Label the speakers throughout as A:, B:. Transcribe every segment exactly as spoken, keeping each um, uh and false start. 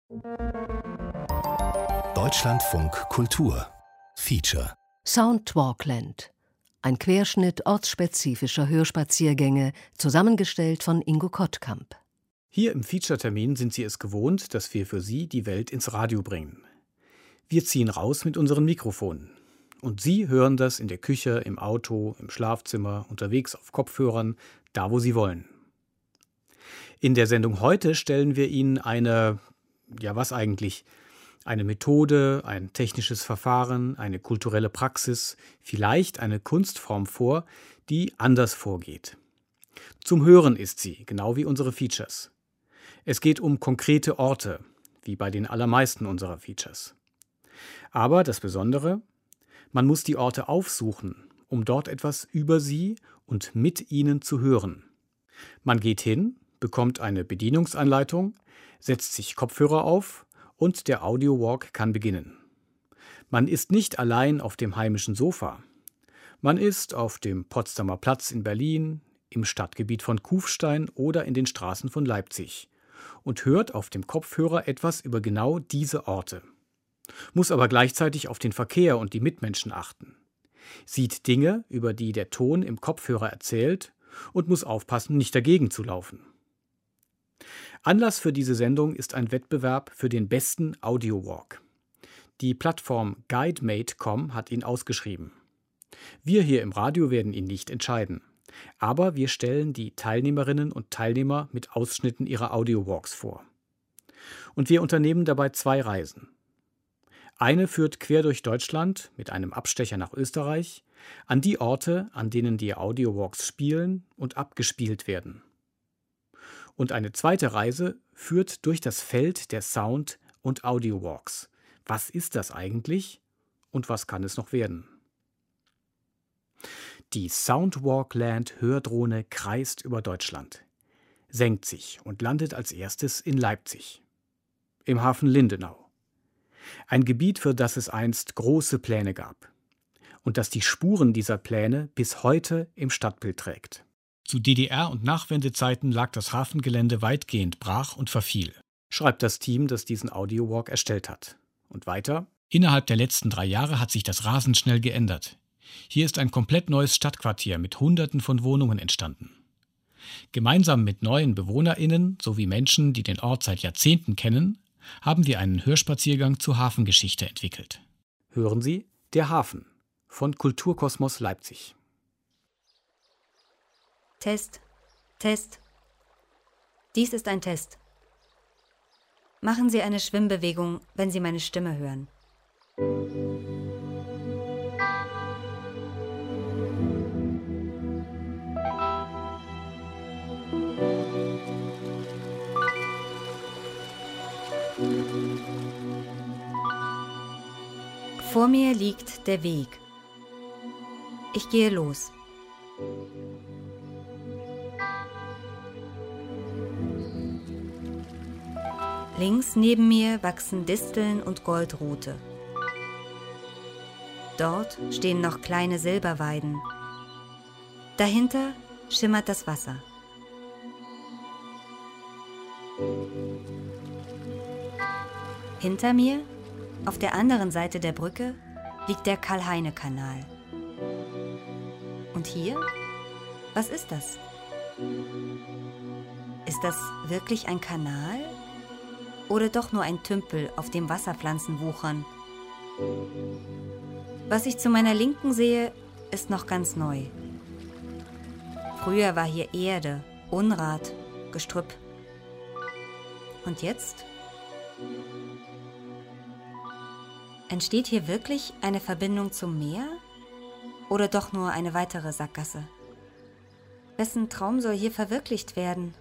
A: Deutschlandfunk Kultur Feature
B: Soundwalkland. Ein Querschnitt ortsspezifischer Hörspaziergänge, zusammengestellt von Ingo Kottkamp.
C: Hier im Feature-Termin sind Sie es gewohnt, dass wir für Sie die Welt ins Radio bringen. Wir ziehen raus mit unseren Mikrofonen. Und Sie hören das in der Küche, im Auto, im Schlafzimmer, unterwegs auf Kopfhörern, da wo Sie wollen. In der Sendung heute stellen wir Ihnen eine, ja was eigentlich, eine Methode, ein technisches Verfahren, eine kulturelle Praxis, vielleicht eine Kunstform vor, die anders vorgeht. Zum Hören ist sie, genau wie unsere Features. Es geht um konkrete Orte, wie bei den allermeisten unserer Features. Aber das Besondere, man muss die Orte aufsuchen, um dort etwas über sie und mit ihnen zu hören. Man geht hin, bekommt eine Bedienungsanleitung, setzt sich Kopfhörer auf und der Audiowalk kann beginnen. Man ist nicht allein auf dem heimischen Sofa. Man ist auf dem Potsdamer Platz in Berlin, im Stadtgebiet von Kufstein oder in den Straßen von Leipzig und hört auf dem Kopfhörer etwas über genau diese Orte. Muss aber gleichzeitig auf den Verkehr und die Mitmenschen achten. Sieht Dinge, über die der Ton im Kopfhörer erzählt und muss aufpassen, nicht dagegen zu laufen. Anlass für diese Sendung ist ein Wettbewerb für den besten Audiowalk. Die Plattform guidemate punkt com hat ihn ausgeschrieben. Wir hier im Radio werden ihn nicht entscheiden. Aber wir stellen die Teilnehmerinnen und Teilnehmer mit Ausschnitten ihrer Audiowalks vor. Und wir unternehmen dabei zwei Reisen. Eine führt quer durch Deutschland mit einem Abstecher nach Österreich an die Orte, an denen die Audiowalks spielen und abgespielt werden. Und eine zweite Reise führt durch das Feld der Sound- und Audiowalks. Was ist das eigentlich und was kann es noch werden? Die Soundwalkland-Hördrohne kreist über Deutschland, senkt sich und landet als erstes in Leipzig, im Hafen Lindenau. Ein Gebiet, für das es einst große Pläne gab und das die Spuren dieser Pläne bis heute im Stadtbild trägt. Zu D D R- und Nachwendezeiten lag das Hafengelände weitgehend brach und verfiel, schreibt das Team, das diesen Audiowalk erstellt hat. Und weiter: Innerhalb der letzten drei Jahre hat sich das rasend schnell geändert. Hier ist ein komplett neues Stadtquartier mit Hunderten von Wohnungen entstanden. Gemeinsam mit neuen BewohnerInnen sowie Menschen, die den Ort seit Jahrzehnten kennen, haben wir einen Hörspaziergang zur Hafengeschichte entwickelt. Hören Sie Der Hafen von Kulturkosmos Leipzig.
D: Test, Test. Dies ist ein Test. Machen Sie eine Schwimmbewegung, wenn Sie meine Stimme hören. Vor mir liegt der Weg. Ich gehe los. Links neben mir wachsen Disteln und Goldrute. Dort stehen noch kleine Silberweiden. Dahinter schimmert das Wasser. Hinter mir, auf der anderen Seite der Brücke, liegt der Karl-Heine-Kanal. Und hier? Was ist das? Ist das wirklich ein Kanal? Oder doch nur ein Tümpel, auf dem Wasserpflanzen wuchern? Was ich zu meiner Linken sehe, ist noch ganz neu. Früher war hier Erde, Unrat, Gestrüpp. Und jetzt? Entsteht hier wirklich eine Verbindung zum Meer? Oder doch nur eine weitere Sackgasse? Wessen Traum soll hier verwirklicht werden?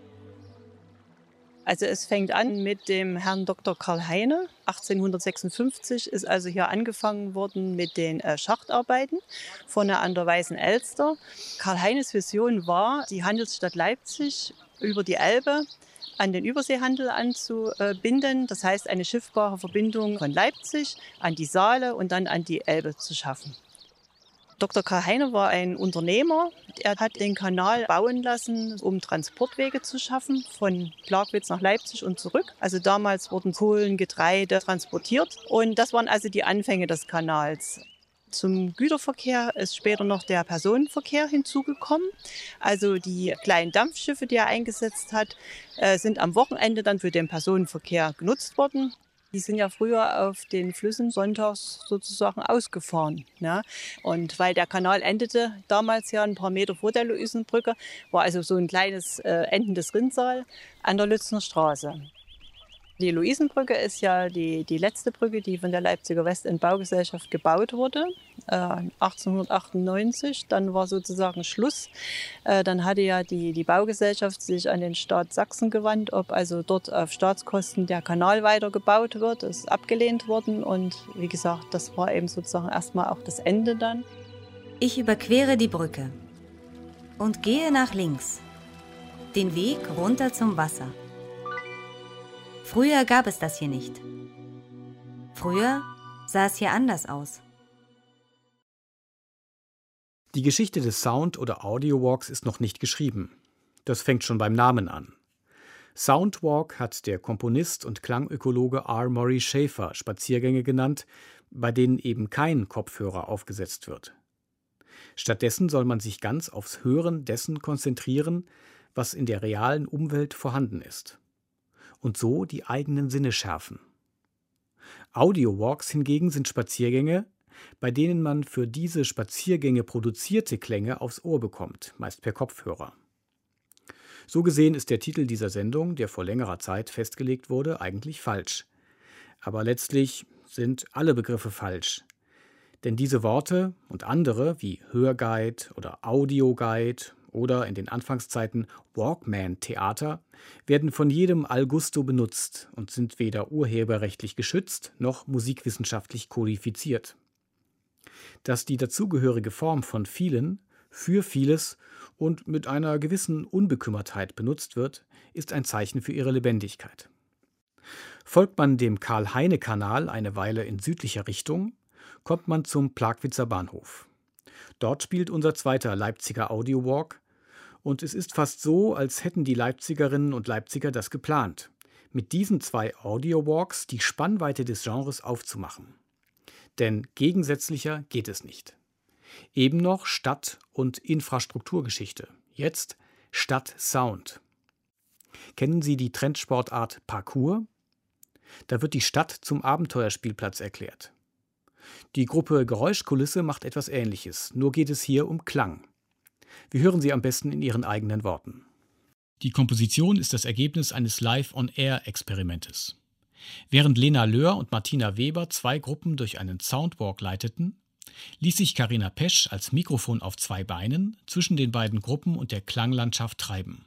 E: Also es fängt an mit dem Herrn Doktor Karl Heine. achtzehnhundertsechsundfünfzig ist also hier angefangen worden mit den äh, Schachtarbeiten vorne an der Weißen Elster. Karl Heines Vision war, die Handelsstadt Leipzig über die Elbe an den Überseehandel anzubinden. Das heißt, eine schiffbare Verbindung von Leipzig an die Saale und dann an die Elbe zu schaffen. Doktor Karl Heine war ein Unternehmer. Er hat den Kanal bauen lassen, um Transportwege zu schaffen, von Plagwitz nach Leipzig und zurück. Also damals wurden Kohlen, Getreide transportiert und das waren also die Anfänge des Kanals. Zum Güterverkehr ist später noch der Personenverkehr hinzugekommen. Also die kleinen Dampfschiffe, die er eingesetzt hat, sind am Wochenende dann für den Personenverkehr genutzt worden. Die sind ja früher auf den Flüssen sonntags sozusagen ausgefahren. Ne? Und weil der Kanal endete damals ja ein paar Meter vor der Luisenbrücke, war also so ein kleines äh, endendes Rinnsal an der Lützner Straße. Die Luisenbrücke ist ja die, die letzte Brücke, die von der Leipziger Westend-Baugesellschaft gebaut wurde, äh, achtzehnhundertachtundneunzig. Dann war sozusagen Schluss. Äh, dann hatte ja die, die Baugesellschaft sich an den Staat Sachsen gewandt, ob also dort auf Staatskosten der Kanal weiter gebaut wird. Das ist abgelehnt worden und wie gesagt, das war eben sozusagen erstmal auch das Ende dann.
D: Ich überquere die Brücke und gehe nach links, den Weg runter zum Wasser. Früher gab es das hier nicht. Früher sah es hier anders aus.
C: Die Geschichte des Sound- oder Audio-Walks ist noch nicht geschrieben. Das fängt schon beim Namen an. Soundwalk hat der Komponist und Klangökologe R. Murray Schafer Spaziergänge genannt, bei denen eben kein Kopfhörer aufgesetzt wird. Stattdessen soll man sich ganz aufs Hören dessen konzentrieren, was in der realen Umwelt vorhanden ist. Und so die eigenen Sinne schärfen. Audio-Walks hingegen sind Spaziergänge, bei denen man für diese Spaziergänge produzierte Klänge aufs Ohr bekommt, meist per Kopfhörer. So gesehen ist der Titel dieser Sendung, der vor längerer Zeit festgelegt wurde, eigentlich falsch. Aber letztlich sind alle Begriffe falsch. Denn diese Worte und andere wie Hörguide oder Audioguide oder in den Anfangszeiten Walkman-Theater werden von jedem al gusto benutzt und sind weder urheberrechtlich geschützt noch musikwissenschaftlich kodifiziert. Dass die dazugehörige Form von vielen, für vieles und mit einer gewissen Unbekümmertheit benutzt wird, ist ein Zeichen für ihre Lebendigkeit. Folgt man dem Karl-Heine-Kanal eine Weile in südlicher Richtung, kommt man zum Plagwitzer Bahnhof. Dort spielt unser zweiter Leipziger Audio-Walk. Und es ist fast so, als hätten die Leipzigerinnen und Leipziger das geplant, mit diesen zwei Audio-Walks die Spannweite des Genres aufzumachen. Denn gegensätzlicher geht es nicht. Eben noch Stadt- und Infrastrukturgeschichte, jetzt Stadt-Sound. Kennen Sie die Trendsportart Parkour? Da wird die Stadt zum Abenteuerspielplatz erklärt. Die Gruppe Geräuschkulisse macht etwas Ähnliches, nur geht es hier um Klang. Wir hören sie am besten in ihren eigenen Worten. Die Komposition ist das Ergebnis eines Live-on-Air-Experimentes. Während Lena Löhr und Martina Weber zwei Gruppen durch einen Soundwalk leiteten, ließ sich Carina Pesch als Mikrofon auf zwei Beinen zwischen den beiden Gruppen und der Klanglandschaft treiben.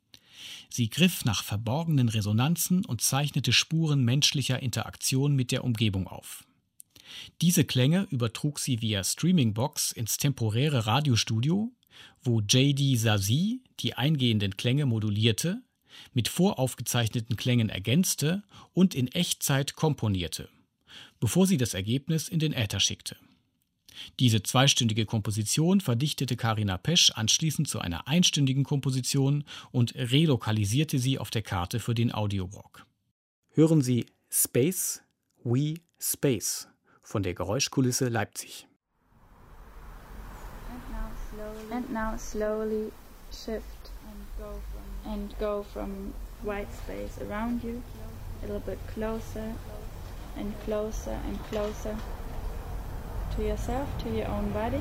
C: Sie griff nach verborgenen Resonanzen und zeichnete Spuren menschlicher Interaktion mit der Umgebung auf. Diese Klänge übertrug sie via Streamingbox ins temporäre Radiostudio, wo J D Sazi die eingehenden Klänge modulierte, mit voraufgezeichneten Klängen ergänzte und in Echtzeit komponierte, bevor sie das Ergebnis in den Äther schickte. Diese zweistündige Komposition verdichtete Carina Pesch anschließend zu einer einstündigen Komposition und relokalisierte sie auf der Karte für den Audio-Walk. Hören Sie Space, We Space von der Geräuschkulisse Leipzig.
F: And now slowly shift and go from white space around you, a little bit closer and closer and closer to yourself, to your own body.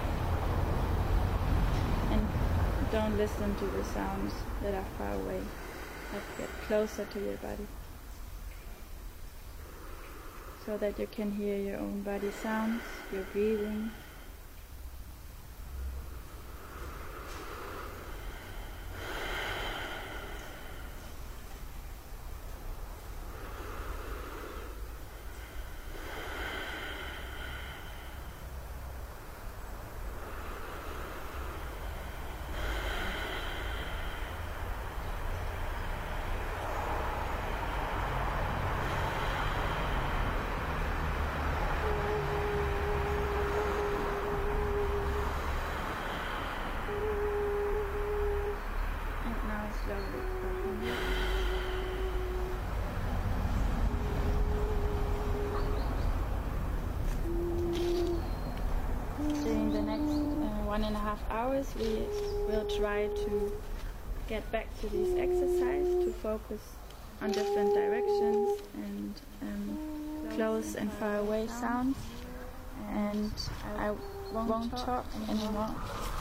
F: And don't listen to the sounds that are far away, but get closer to your body so that you can hear your own body sounds, your breathing. one and a half hours, we will try to get back to this exercise to focus on different directions and um, close and far away sounds. And I won't talk anymore.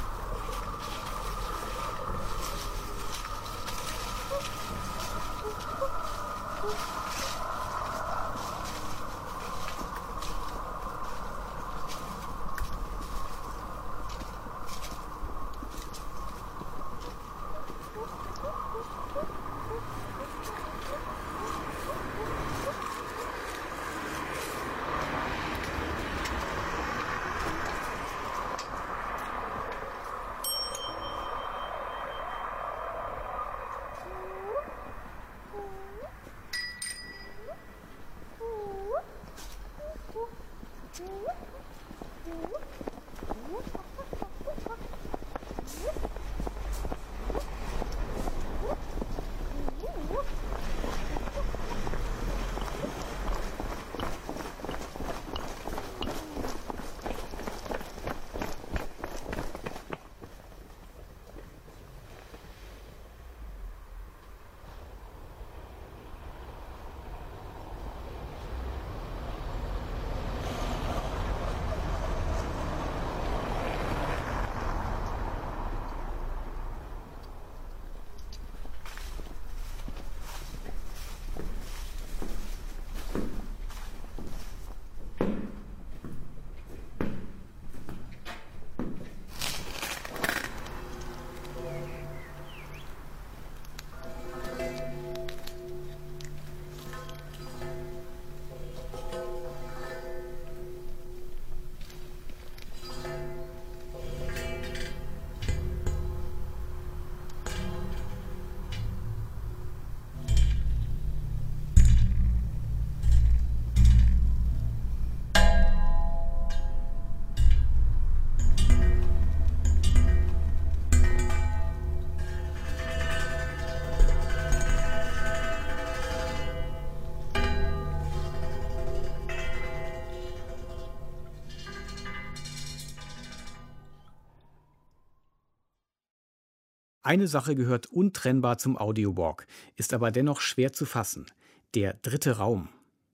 C: Eine Sache gehört untrennbar zum Audiowalk, ist aber dennoch schwer zu fassen: der dritte Raum.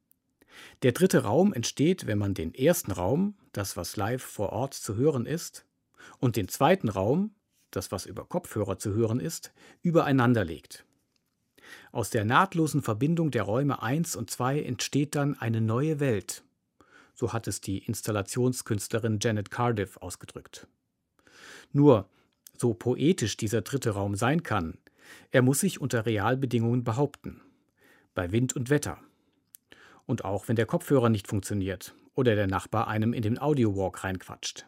C: Der dritte Raum entsteht, wenn man den ersten Raum, das was live vor Ort zu hören ist, und den zweiten Raum, das was über Kopfhörer zu hören ist, übereinander legt. Aus der nahtlosen Verbindung der Räume eins und zwei entsteht dann eine neue Welt. So hat es die Installationskünstlerin Janet Cardiff ausgedrückt. Nur, so poetisch dieser dritte Raum sein kann, er muss sich unter Realbedingungen behaupten. Bei Wind und Wetter. Und auch wenn der Kopfhörer nicht funktioniert oder der Nachbar einem in den Audiowalk reinquatscht.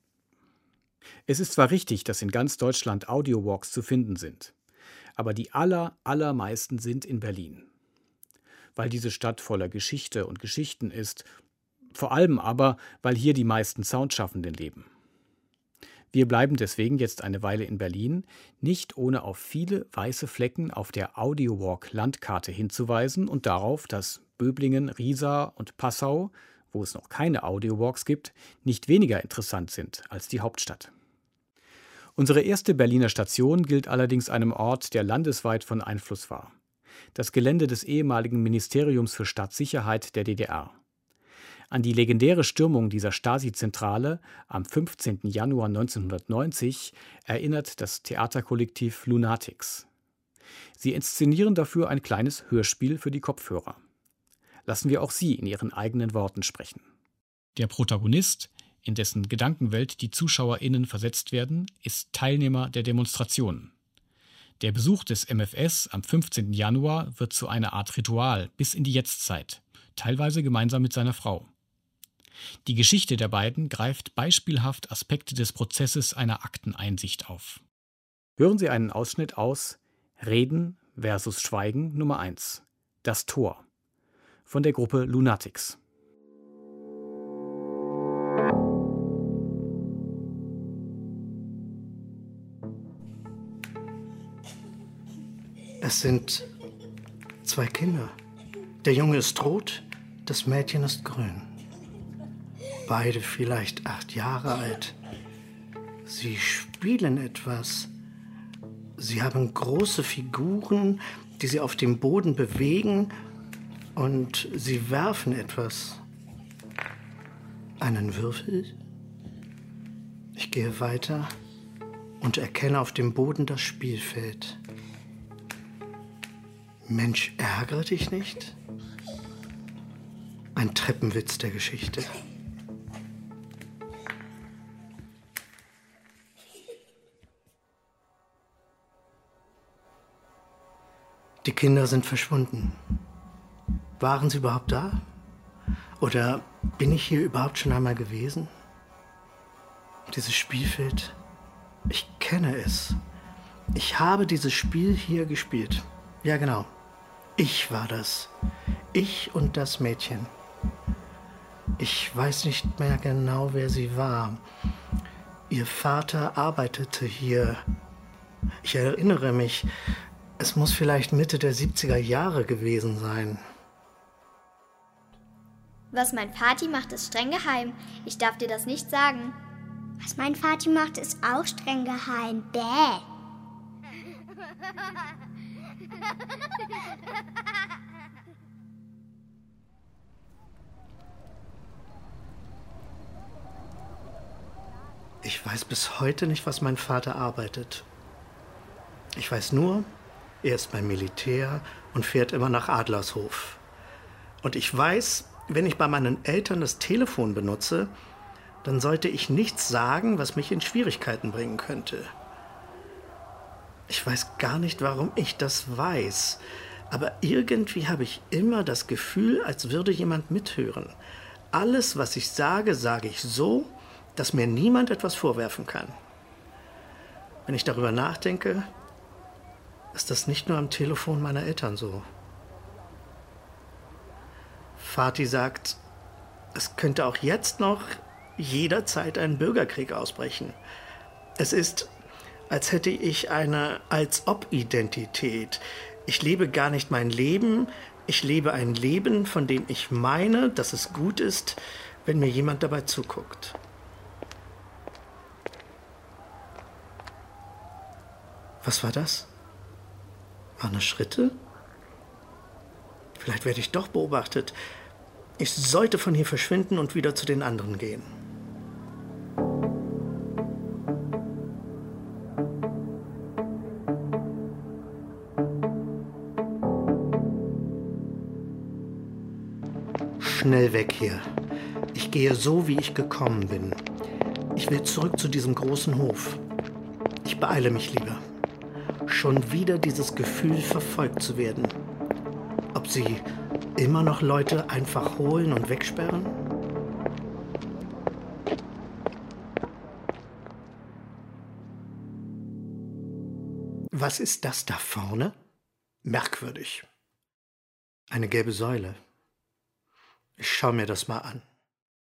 C: Es ist zwar richtig, dass in ganz Deutschland Audiowalks zu finden sind, aber die aller, allermeisten sind in Berlin. Weil diese Stadt voller Geschichte und Geschichten ist, vor allem aber, weil hier die meisten Soundschaffenden leben. Wir bleiben deswegen jetzt eine Weile in Berlin, nicht ohne auf viele weiße Flecken auf der Audiowalk-Landkarte hinzuweisen und darauf, dass Böblingen, Riesa und Passau, wo es noch keine Audiowalks gibt, nicht weniger interessant sind als die Hauptstadt. Unsere erste Berliner Station gilt allerdings einem Ort, der landesweit von Einfluss war: das Gelände des ehemaligen Ministeriums für Staatssicherheit der D D R. An die legendäre Stürmung dieser Stasi-Zentrale am fünfzehnten Januar neunzehnhundertneunzig erinnert das Theaterkollektiv Lunatics. Sie inszenieren dafür ein kleines Hörspiel für die Kopfhörer. Lassen wir auch sie in ihren eigenen Worten sprechen. Der Protagonist, in dessen Gedankenwelt die ZuschauerInnen versetzt werden, ist Teilnehmer der Demonstration. Der Besuch des M F S am fünfzehnten Januar wird zu einer Art Ritual bis in die Jetztzeit, teilweise gemeinsam mit seiner Frau. Die Geschichte der beiden greift beispielhaft Aspekte des Prozesses einer Akteneinsicht auf. Hören Sie einen Ausschnitt aus Reden versus Schweigen Nummer eins, Das Tor, von der Gruppe Lunatics.
G: Es sind zwei Kinder. Der Junge ist rot, das Mädchen ist grün. Beide vielleicht acht Jahre alt. Sie spielen etwas. Sie haben große Figuren, die sie auf dem Boden bewegen, und sie werfen etwas. Einen Würfel? Ich gehe weiter und erkenne auf dem Boden das Spielfeld. Mensch, ärgere dich nicht? Ein Treppenwitz der Geschichte. Die Kinder sind verschwunden. Waren sie überhaupt da? Oder bin ich hier überhaupt schon einmal gewesen? Dieses Spielfeld, ich kenne es. Ich habe dieses Spiel hier gespielt. Ja, genau. Ich war das. Ich und das Mädchen. Ich weiß nicht mehr genau, wer sie war. Ihr Vater arbeitete hier. Ich erinnere mich, es muss vielleicht Mitte der siebziger Jahre gewesen sein.
H: Was mein Vati macht, ist streng geheim. Ich darf dir das nicht sagen.
I: Was mein Vati macht, ist auch streng geheim. Bäh.
G: Ich weiß bis heute nicht, was mein Vater arbeitet. Ich weiß nur, er ist beim Militär und fährt immer nach Adlershof. Und ich weiß, wenn ich bei meinen Eltern das Telefon benutze, dann sollte ich nichts sagen, was mich in Schwierigkeiten bringen könnte. Ich weiß gar nicht, warum ich das weiß, aber irgendwie habe ich immer das Gefühl, als würde jemand mithören. Alles, was ich sage, sage ich so, dass mir niemand etwas vorwerfen kann. Wenn ich darüber nachdenke, ist das nicht nur am Telefon meiner Eltern so. Vati sagt, es könnte auch jetzt noch jederzeit ein Bürgerkrieg ausbrechen. Es ist, als hätte ich eine Als-ob-Identität. Ich lebe gar nicht mein Leben, ich lebe ein Leben, von dem ich meine, dass es gut ist, wenn mir jemand dabei zuguckt. Was war das? Waren das Schritte? Vielleicht werde ich doch beobachtet. Ich sollte von hier verschwinden und wieder zu den anderen gehen. Schnell weg hier. Ich gehe so, wie ich gekommen bin. Ich will zurück zu diesem großen Hof. Ich beeile mich lieber. Schon wieder dieses Gefühl, verfolgt zu werden. Ob sie immer noch Leute einfach holen und wegsperren? Was ist das da vorne? Merkwürdig. Eine gelbe Säule. Ich schaue mir das mal an.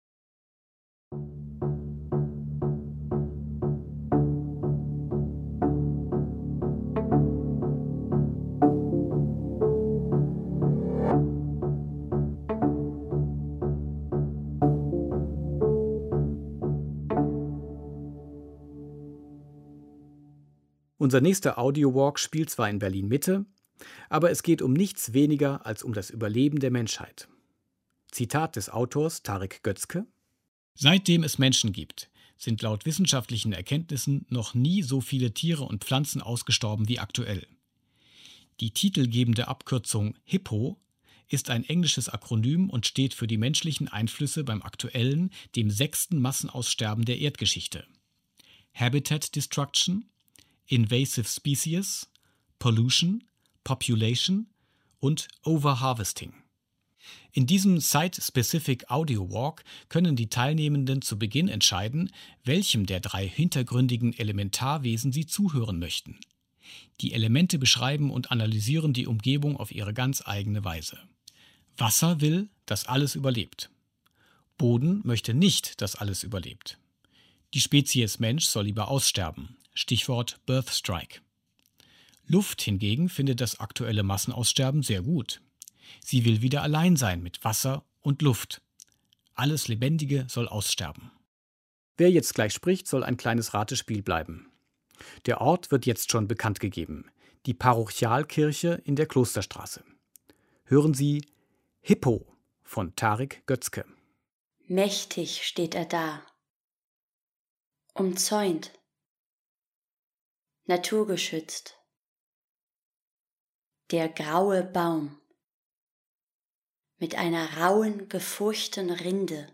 C: Unser nächster Audiowalk spielt zwar in Berlin-Mitte, aber es geht um nichts weniger als um das Überleben der Menschheit. Zitat des Autors Tarek Götzke: Seitdem es Menschen gibt, sind laut wissenschaftlichen Erkenntnissen noch nie so viele Tiere und Pflanzen ausgestorben wie aktuell. Die titelgebende Abkürzung HIPPO ist ein englisches Akronym und steht für die menschlichen Einflüsse beim aktuellen, dem sechsten Massenaussterben der Erdgeschichte. Habitat Destruction, Invasive Species, Pollution, Population und Overharvesting. In diesem Site-Specific Audio Walk können die Teilnehmenden zu Beginn entscheiden, welchem der drei hintergründigen Elementarwesen sie zuhören möchten. Die Elemente beschreiben und analysieren die Umgebung auf ihre ganz eigene Weise. Wasser will, dass alles überlebt. Boden möchte nicht, dass alles überlebt. Die Spezies Mensch soll lieber aussterben. Stichwort Birth Strike. Luft hingegen findet das aktuelle Massenaussterben sehr gut. Sie will wieder allein sein mit Wasser und Luft. Alles Lebendige soll aussterben. Wer jetzt gleich spricht, soll ein kleines Ratespiel bleiben. Der Ort wird jetzt schon bekannt gegeben. Die Parochialkirche in der Klosterstraße. Hören Sie Hippo von Tarik Götzke.
J: Mächtig steht er da, umzäunt, naturgeschützt. Der graue Baum mit einer rauen, gefurchten Rinde.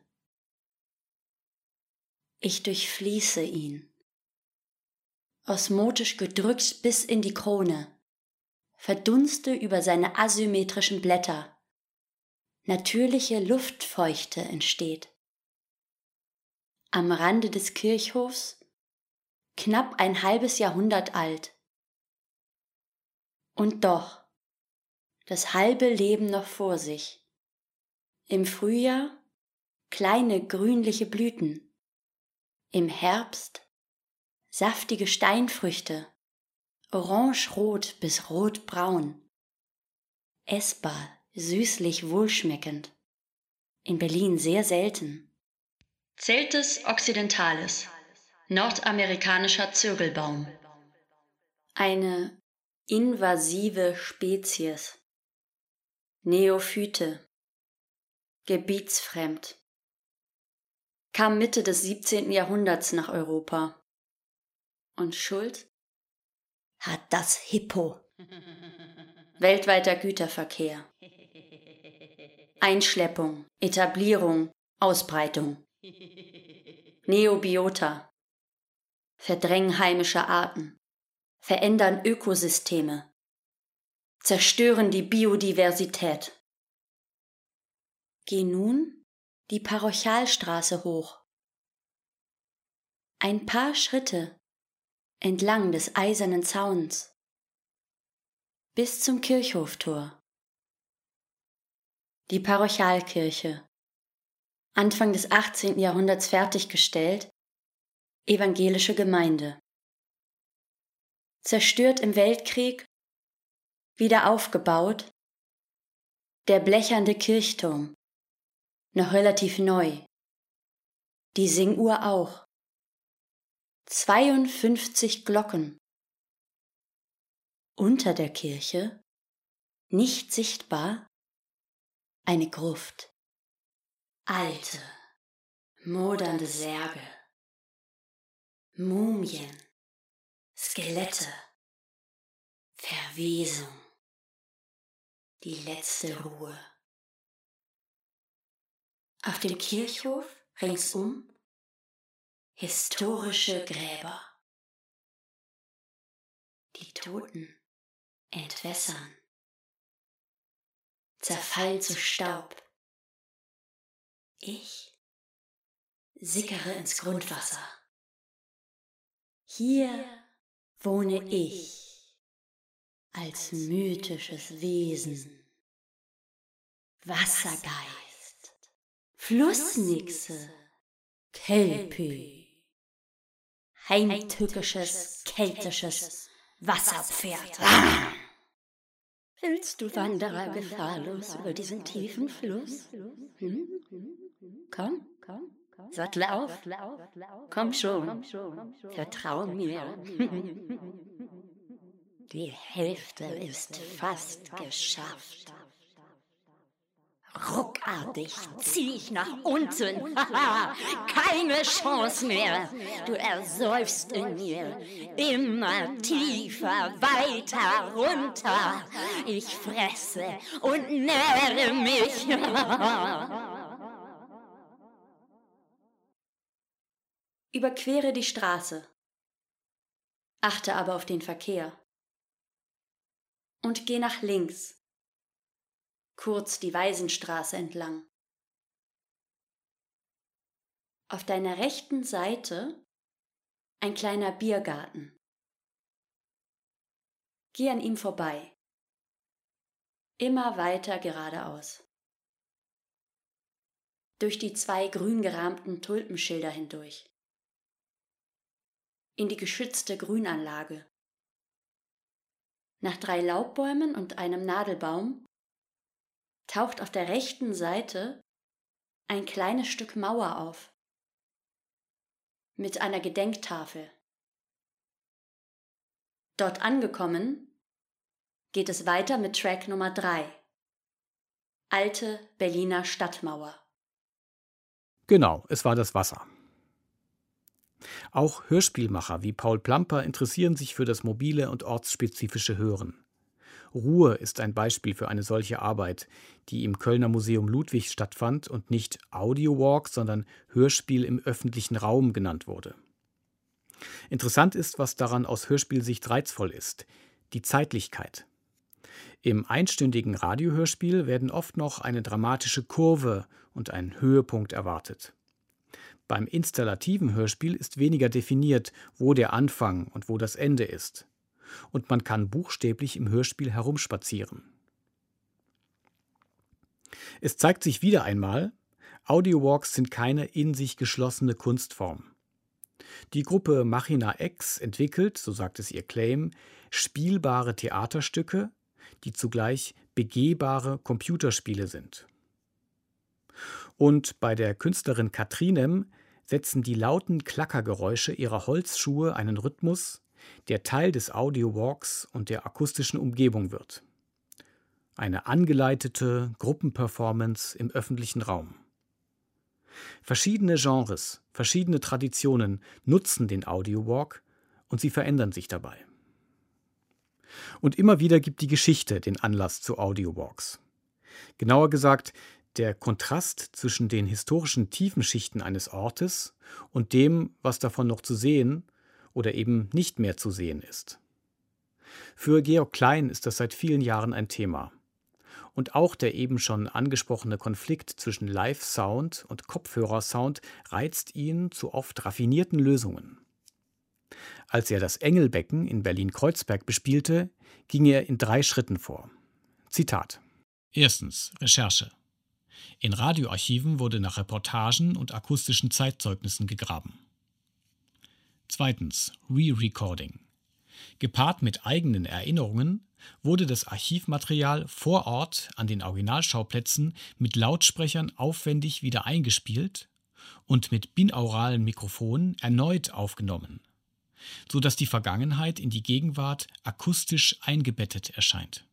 J: Ich durchfließe ihn, osmotisch gedrückt bis in die Krone, verdunste über seine asymmetrischen Blätter. Natürliche Luftfeuchte entsteht. Am Rande des Kirchhofs, knapp ein halbes Jahrhundert alt. Und doch, das halbe Leben noch vor sich. Im Frühjahr kleine grünliche Blüten, im Herbst saftige Steinfrüchte, orangerot bis rotbraun, essbar, süßlich wohlschmeckend, in Berlin sehr selten. Celtis occidentalis, nordamerikanischer Zirkelbaum. Eine invasive Spezies, Neophyte, gebietsfremd, kam Mitte des siebzehnten Jahrhunderts nach Europa. Und Schuld hat das Hippo. Weltweiter Güterverkehr. Einschleppung, Etablierung, Ausbreitung. Neobiota. Verdrängen heimische Arten. Verändern Ökosysteme. Zerstören die Biodiversität. Geh nun die Parochialstraße hoch. Ein paar Schritte entlang des eisernen Zauns bis zum Kirchhoftor. Die Parochialkirche, Anfang des achtzehnten Jahrhunderts fertiggestellt, evangelische Gemeinde. Zerstört im Weltkrieg, wieder aufgebaut, der blechernde Kirchturm, noch relativ neu, die Singuhr auch, zweiundfünfzig Glocken. Unter der Kirche, nicht sichtbar, eine Gruft. Alte, modernde Särge, Mumien, Skelette, Verwesung, die letzte Ruhe. Auf dem Kirchhof ringsum historische Gräber. Die Toten entwässern, zerfallen zu Staub. Ich sickere ins Grundwasser. Hier wohne ich als mythisches Wesen, Wassergeist, Flussnixe, Kelpie, heimtückisches, keltisches Wasserpferd. Willst du, Wanderer, gefahrlos über diesen tiefen Fluss? Hm? Komm, sattle auf, komm schon, vertrau mir. Die Hälfte ist fast geschafft. Ruckartig zieh ich nach unten. Keine Chance mehr. Du ersäufst in mir. Immer tiefer, weiter runter. Ich fresse und nähre mich. Überquere die Straße. Achte aber auf den Verkehr. Und geh nach links. Kurz die Waisenstraße entlang. Auf deiner rechten Seite ein kleiner Biergarten. Geh an ihm vorbei. Immer weiter geradeaus. Durch die zwei grün gerahmten Tulpenschilder hindurch. In die geschützte Grünanlage. Nach drei Laubbäumen und einem Nadelbaum taucht auf der rechten Seite ein kleines Stück Mauer auf. mit einer Gedenktafel. Dort angekommen, geht es weiter mit Track Nummer drei. Alte Berliner Stadtmauer.
C: Genau, es war das Wasser. Auch Hörspielmacher wie Paul Plamper interessieren sich für das mobile und ortsspezifische Hören. Ruhr ist ein Beispiel für eine solche Arbeit, die im Kölner Museum Ludwig stattfand und nicht Audio-Walk, sondern Hörspiel im öffentlichen Raum genannt wurde. Interessant ist, was daran aus Hörspielsicht reizvoll ist: die Zeitlichkeit. Im einstündigen Radiohörspiel werden oft noch eine dramatische Kurve und ein Höhepunkt erwartet. Beim installativen Hörspiel ist weniger definiert, wo der Anfang und wo das Ende ist. Und man kann buchstäblich im Hörspiel herumspazieren. Es zeigt sich wieder einmal, Audiowalks sind keine in sich geschlossene Kunstform. Die Gruppe Machina X entwickelt, so sagt es ihr Claim, spielbare Theaterstücke, die zugleich begehbare Computerspiele sind. Und bei der Künstlerin Katrinem setzen die lauten Klackergeräusche ihrer Holzschuhe einen Rhythmus, der Teil des Audiowalks und der akustischen Umgebung wird. Eine angeleitete Gruppenperformance im öffentlichen Raum. Verschiedene Genres, verschiedene Traditionen nutzen den Audiowalk und sie verändern sich dabei. Und immer wieder gibt die Geschichte den Anlass zu Audiowalks. Genauer gesagt, der Kontrast zwischen den historischen Tiefenschichten eines Ortes und dem, was davon noch zu sehen oder eben nicht mehr zu sehen ist. Für Georg Klein ist das seit vielen Jahren ein Thema. Und auch der eben schon angesprochene Konflikt zwischen Live-Sound und Kopfhörersound reizt ihn zu oft raffinierten Lösungen. Als er das Engelbecken in Berlin-Kreuzberg bespielte, ging er in drei Schritten vor. Zitat: Erstens Recherche. In Radioarchiven wurde nach Reportagen und akustischen Zeitzeugnissen gegraben. Zweitens Re-Recording. Gepaart mit eigenen Erinnerungen wurde das Archivmaterial vor Ort an den Originalschauplätzen mit Lautsprechern aufwendig wieder eingespielt und mit binauralen Mikrofonen erneut aufgenommen, sodass die Vergangenheit in die Gegenwart akustisch eingebettet erscheint.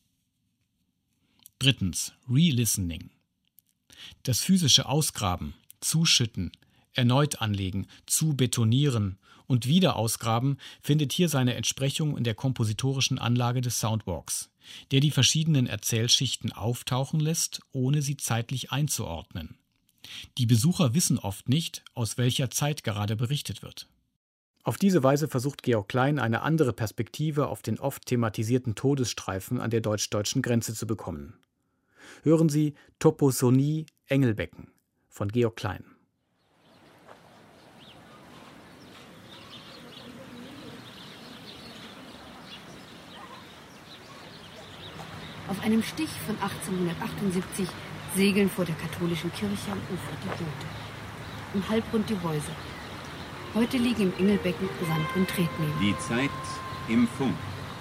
C: Drittens Re-Listening. Das physische Ausgraben, Zuschütten, erneut anlegen, zu betonieren und wieder ausgraben findet hier seine Entsprechung in der kompositorischen Anlage des Soundwalks, der die verschiedenen Erzählschichten auftauchen lässt, ohne sie zeitlich einzuordnen. Die Besucher wissen oft nicht, aus welcher Zeit gerade berichtet wird. Auf diese Weise versucht Georg Klein, eine andere Perspektive auf den oft thematisierten Todesstreifen an der deutsch-deutschen Grenze zu bekommen. Hören Sie Toposonie Engelbecken von Georg Klein.
K: Auf einem Stich von achtzehnhundertachtundsiebzig segeln vor der katholischen Kirche am Ufer die Boote. Im Halbrund die Häuser. Heute liegen im Engelbecken Sand und Tretminen.
L: Die Zeit im Funk.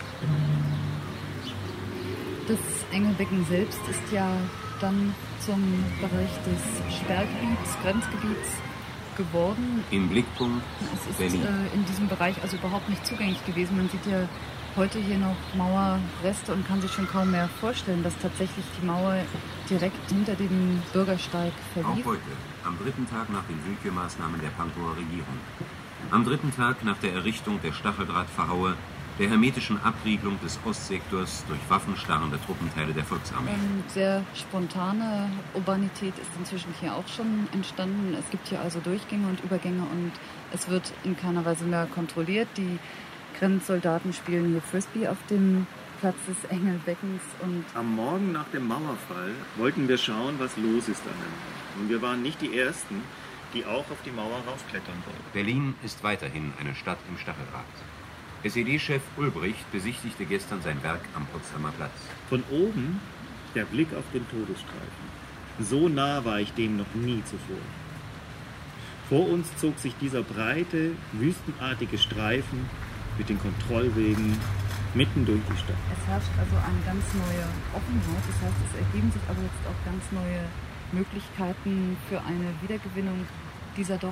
M: Das Engelbecken selbst ist ja dann zum Bereich des Sperrgebiets, Grenzgebiets geworden.
L: Im Blickpunkt
M: Es ist
L: Berlin.
M: äh, in diesem Bereich also überhaupt nicht zugänglich gewesen. Man sieht ja heute hier noch Mauerreste und kann sich schon kaum mehr vorstellen, dass tatsächlich die Mauer direkt hinter dem Bürgersteig verlief.
L: Auch heute, am dritten Tag nach den Willkürmaßnahmen der Pankower Regierung. Am dritten Tag nach der Errichtung der Stacheldrahtverhaue, der hermetischen Abriegelung des Ostsektors durch waffenstarrende Truppenteile der Volksarmee.
M: Ähm, sehr spontane Urbanität ist inzwischen hier auch schon entstanden. Es gibt hier also Durchgänge und Übergänge und es wird in keiner Weise mehr kontrolliert. Die Grenzsoldaten spielen hier Frisbee auf dem Platz des Engelbeckens. Und
N: am Morgen nach dem Mauerfall wollten wir schauen, was los ist an der Mauer. Und wir waren nicht die Ersten, die auch auf die Mauer raufklettern wollten.
L: Berlin ist weiterhin eine Stadt im Stacheldraht. S E D-Chef Ulbricht besichtigte gestern sein Werk am Potsdamer Platz.
N: Von oben der Blick auf den Todesstreifen. So nah war ich dem noch nie zuvor. Vor uns zog sich dieser breite, wüstenartige Streifen mit den Kontrollwegen mitten durch die Stadt.
M: Es herrscht also eine ganz neue Offenheit. Das heißt, es ergeben sich aber jetzt auch ganz neue Möglichkeiten für eine Wiedergewinnung dieser doch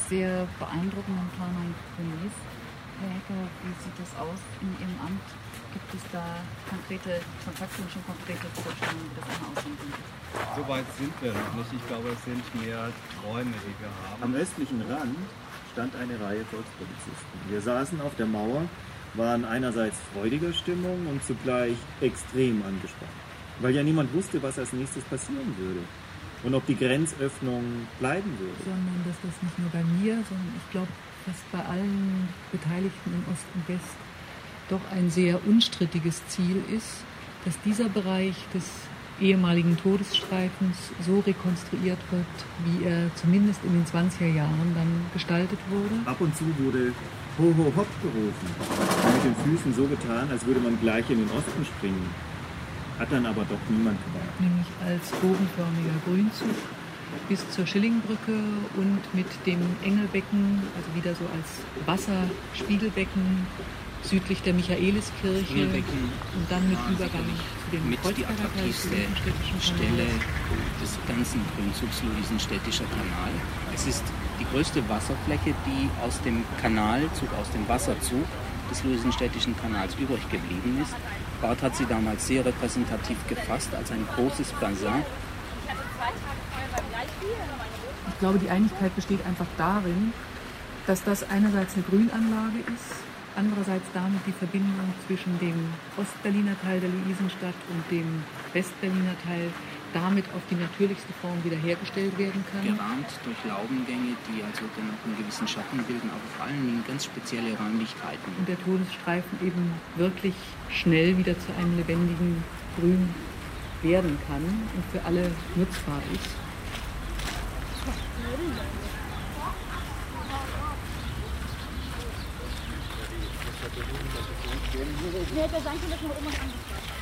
M: sehr beeindruckend momentan mein Verlies. Herr Hecker, wie sieht das aus in Ihrem Amt? Gibt es da konkrete Kontakte und schon konkrete Vorstellungen, wie das einmal aussehen könnte?
O: So weit sind wir noch nicht. Ich glaube, es sind mehr Träume, die wir haben.
N: Am östlichen Rand stand eine Reihe Volkspolizisten. Wir saßen auf der Mauer, waren einerseits freudiger Stimmung und zugleich extrem angespannt, weil ja niemand wusste, was als nächstes passieren würde und ob die Grenzöffnung bleiben würde.
P: Sondern dass das nicht nur bei mir, sondern ich glaube fast bei allen Beteiligten in Ost und West doch ein sehr unstrittiges Ziel ist, dass dieser Bereich des ehemaligen Todesstreifens so rekonstruiert wird, wie er zumindest in den zwanziger Jahren dann gestaltet wurde.
N: Ab und zu wurde Ho, ho, hopp gerufen und mit den Füßen so getan, als würde man gleich in den Osten springen. Hat dann aber doch niemand gemacht.
P: Nämlich als bogenförmiger Grünzug bis zur Schillingbrücke und mit dem Engelbecken, also wieder so als Wasserspiegelbecken südlich der Michaeliskirche und dann mit Übergang zu den
Q: mit die attraktivste Stelle des ganzen Grünzugs Luisenstädtischer Kanal. Es ist die größte Wasserfläche, die aus dem Kanalzug, aus dem Wasserzug des Luisenstädtischen Kanals übrig geblieben ist. Barth hat sie damals sehr repräsentativ gefasst als ein großes Bassin.
P: Ich glaube, die Einigkeit besteht einfach darin, dass das einerseits eine Grünanlage ist, andererseits damit die Verbindung zwischen dem Ostberliner Teil der Luisenstadt und dem Westberliner Teil damit auf die natürlichste Form wiederhergestellt werden kann.
Q: Gerahmt durch Laubengänge, die also dennoch einen gewissen Schatten bilden, aber vor allen Dingen ganz spezielle Räumlichkeiten.
P: Und der Todesstreifen eben wirklich schnell wieder zu einem lebendigen Grün werden kann und für alle nutzbar ist.
I: Hätte sein können, dass wir oben angefangen.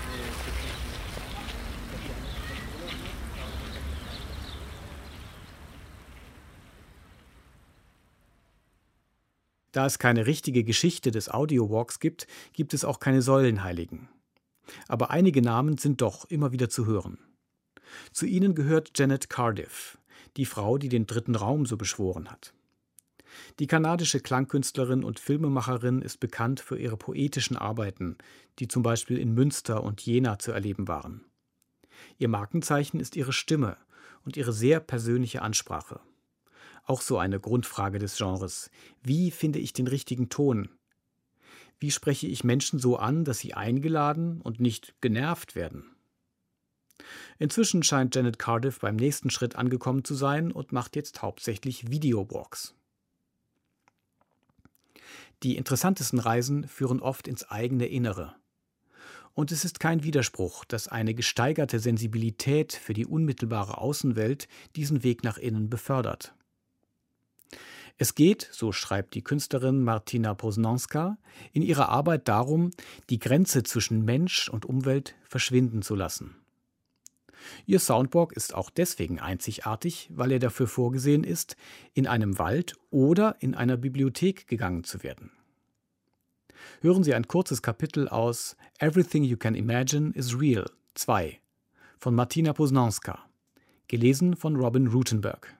C: Da es keine richtige Geschichte des Audiowalks gibt, gibt es auch keine Säulenheiligen. Aber einige Namen sind doch immer wieder zu hören. Zu ihnen gehört Janet Cardiff, die Frau, die den dritten Raum so beschworen hat. Die kanadische Klangkünstlerin und Filmemacherin ist bekannt für ihre poetischen Arbeiten, die zum Beispiel in Münster und Jena zu erleben waren. Ihr Markenzeichen ist ihre Stimme und ihre sehr persönliche Ansprache. Auch so eine Grundfrage des Genres. Wie finde ich den richtigen Ton? Wie spreche ich Menschen so an, dass sie eingeladen und nicht genervt werden? Inzwischen scheint Janet Cardiff beim nächsten Schritt angekommen zu sein und macht jetzt hauptsächlich Videowalks. Die interessantesten Reisen führen oft ins eigene Innere. Und es ist kein Widerspruch, dass eine gesteigerte Sensibilität für die unmittelbare Außenwelt diesen Weg nach innen befördert. Es geht, so schreibt die Künstlerin Martina Poznanska, in ihrer Arbeit darum, die Grenze zwischen Mensch und Umwelt verschwinden zu lassen. Ihr Soundwalk ist auch deswegen einzigartig, weil er dafür vorgesehen ist, in einem Wald oder in einer Bibliothek gegangen zu werden. Hören Sie ein kurzes Kapitel aus Everything You Can Imagine is Real zwei von Martina Poznanska, gelesen von Robin Rutenberg.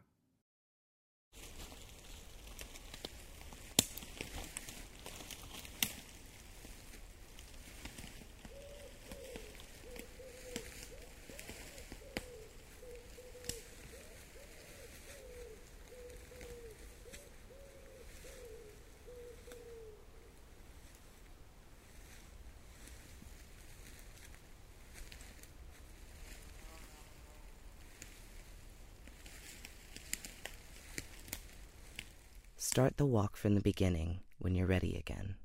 R: Start the walk from the beginning when you're ready again.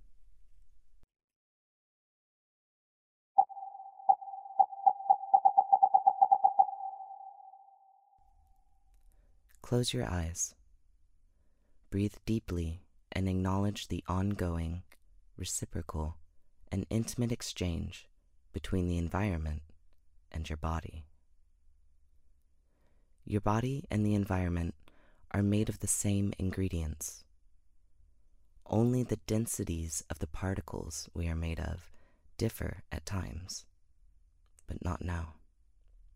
R: Close your eyes. Breathe deeply and acknowledge the ongoing, reciprocal, and intimate exchange between the environment and your body. Your body and the environment are made of the same ingredients. Only the densities of the particles we are made of differ at times, but not now.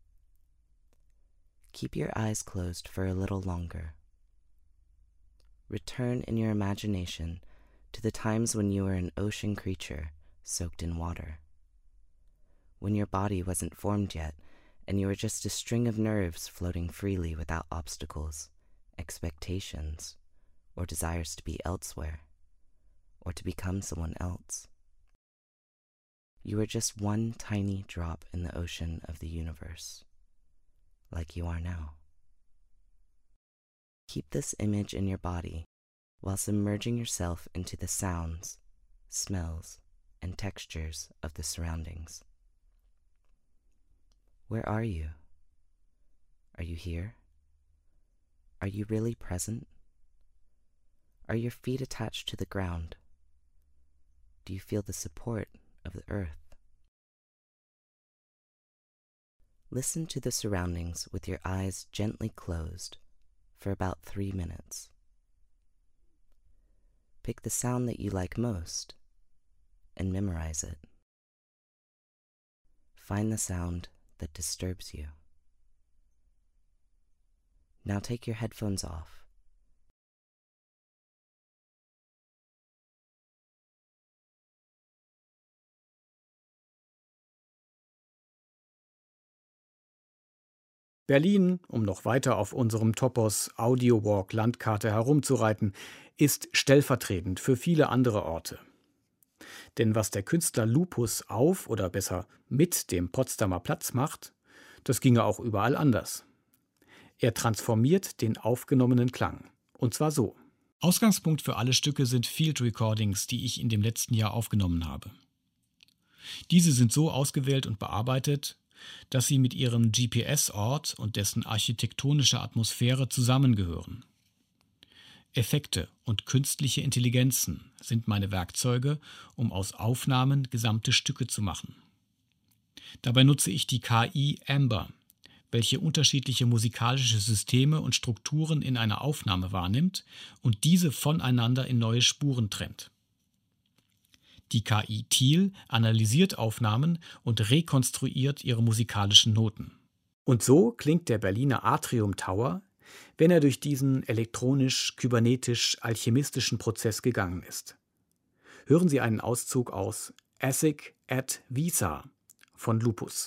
R: Keep your eyes closed for a little longer. return in your imagination to the times when you were an ocean creature soaked in water, when your body wasn't formed yet and you were just a string of nerves floating freely without obstacles, expectations, or desires to be elsewhere, or to become someone else. You were just one tiny drop in the ocean of the universe, like you are now. Keep this image in your body while submerging yourself into the sounds, smells, and textures of the surroundings. Where are you? Are you here? Are you really present? Are your feet attached to the ground? Do you feel the support of the earth? Listen to the surroundings with your eyes gently closed for about three minutes. Pick the sound that you like most and memorize it. Find the sound that disturbs you. Now take your headphones off.
C: Berlin, um noch weiter auf unserem Topos Audio-Walk-Landkarte herumzureiten, ist stellvertretend für viele andere Orte. Denn was der Künstler Lupus auf oder besser mit dem Potsdamer Platz macht, das ginge auch überall anders. Er transformiert den aufgenommenen Klang. Und zwar so. Ausgangspunkt für alle Stücke sind Field Recordings, die ich in dem letzten Jahr aufgenommen habe. Diese sind so ausgewählt und bearbeitet, dass sie mit ihrem G P S-Ort und dessen architektonischer Atmosphäre zusammengehören. Effekte und künstliche Intelligenzen sind meine Werkzeuge, um aus Aufnahmen gesamte Stücke zu machen. Dabei nutze ich die K I Amber, welche unterschiedliche musikalische Systeme und Strukturen in einer Aufnahme wahrnimmt und diese voneinander in neue Spuren trennt. Die K I Teal analysiert Aufnahmen und rekonstruiert ihre musikalischen Noten. Und so klingt der Berliner Atrium Tower, wenn er durch diesen elektronisch-kybernetisch-alchemistischen Prozess gegangen ist. Hören Sie einen Auszug aus Asic et Visa von Lupus.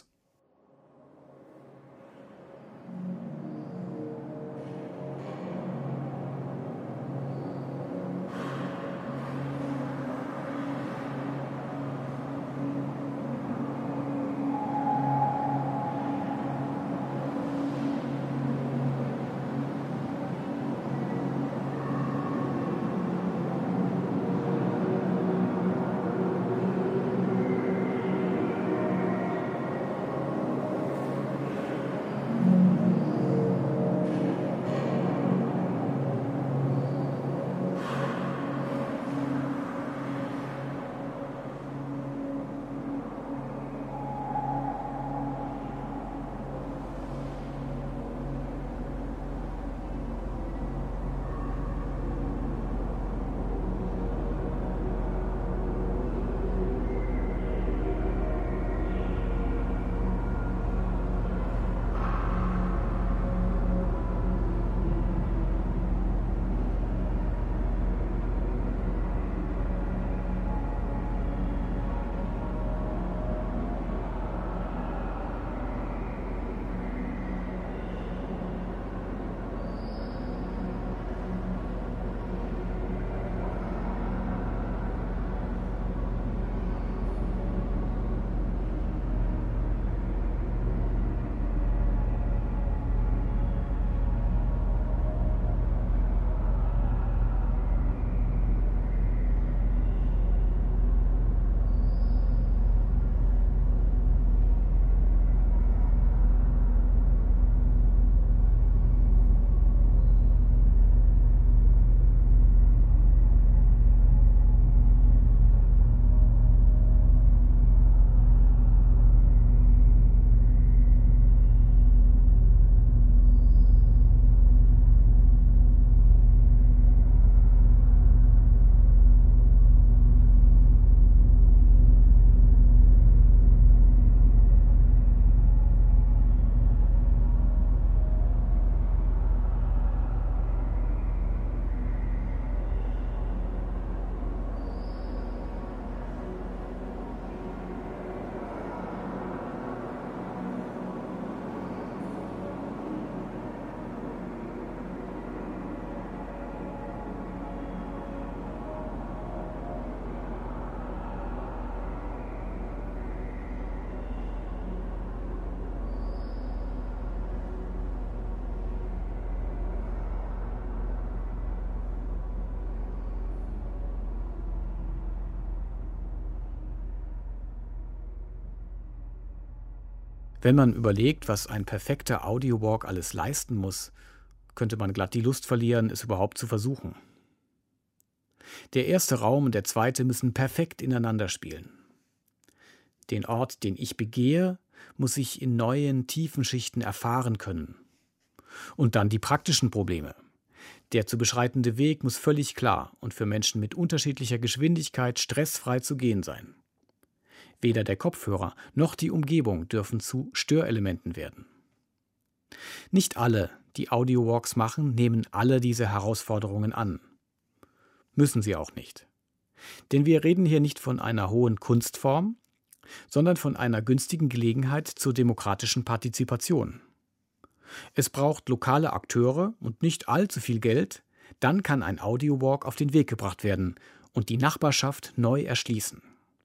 C: Wenn man überlegt, was ein perfekter Audiowalk alles leisten muss, könnte man glatt die Lust verlieren, es überhaupt zu versuchen. Der erste Raum und der zweite müssen perfekt ineinander spielen. Den Ort, den ich begehe, muss ich in neuen, tiefen Schichten erfahren können. Und dann die praktischen Probleme. Der zu beschreitende Weg muss völlig klar und für Menschen mit unterschiedlicher Geschwindigkeit stressfrei zu gehen sein. Weder der Kopfhörer noch die Umgebung dürfen zu Störelementen werden. Nicht alle, die Audiowalks machen, nehmen alle diese Herausforderungen an. Müssen sie auch nicht. Denn wir reden hier nicht von einer hohen Kunstform, sondern von einer günstigen Gelegenheit zur demokratischen Partizipation. Es braucht lokale Akteure und nicht allzu viel Geld, dann kann ein Audiowalk auf den Weg gebracht werden und die Nachbarschaft neu erschließen.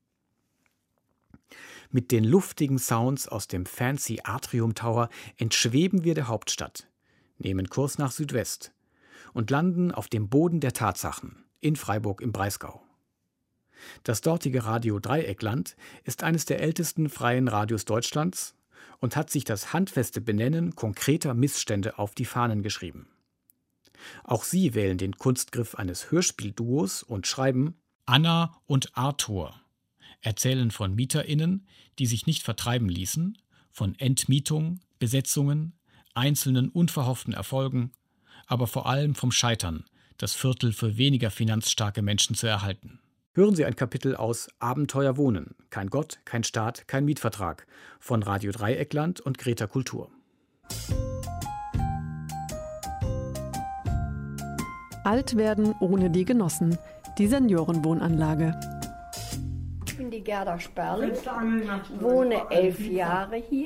C: Mit den luftigen Sounds aus dem Fancy Atrium Tower entschweben wir der Hauptstadt, nehmen Kurs nach Südwest und landen auf dem Boden der Tatsachen in Freiburg im Breisgau. Das dortige Radio Dreieckland ist eines der ältesten freien Radios Deutschlands und hat sich das handfeste Benennen konkreter Missstände auf die Fahnen geschrieben. Auch sie wählen den Kunstgriff eines Hörspielduos und schreiben: Anna und Arthur erzählen von MieterInnen, die sich nicht vertreiben ließen, von Entmietung, Besetzungen, einzelnen unverhofften Erfolgen, aber vor allem vom Scheitern, das Viertel für weniger finanzstarke Menschen zu erhalten. Hören Sie ein Kapitel aus Abenteuer Wohnen, kein Gott, kein Staat, kein Mietvertrag von Radio Dreieckland und Greta Kultur.
S: Alt werden ohne die Genossen, die Seniorenwohnanlage.
T: Ich bin die Gerda Sperling, wohne elf Jahre hier.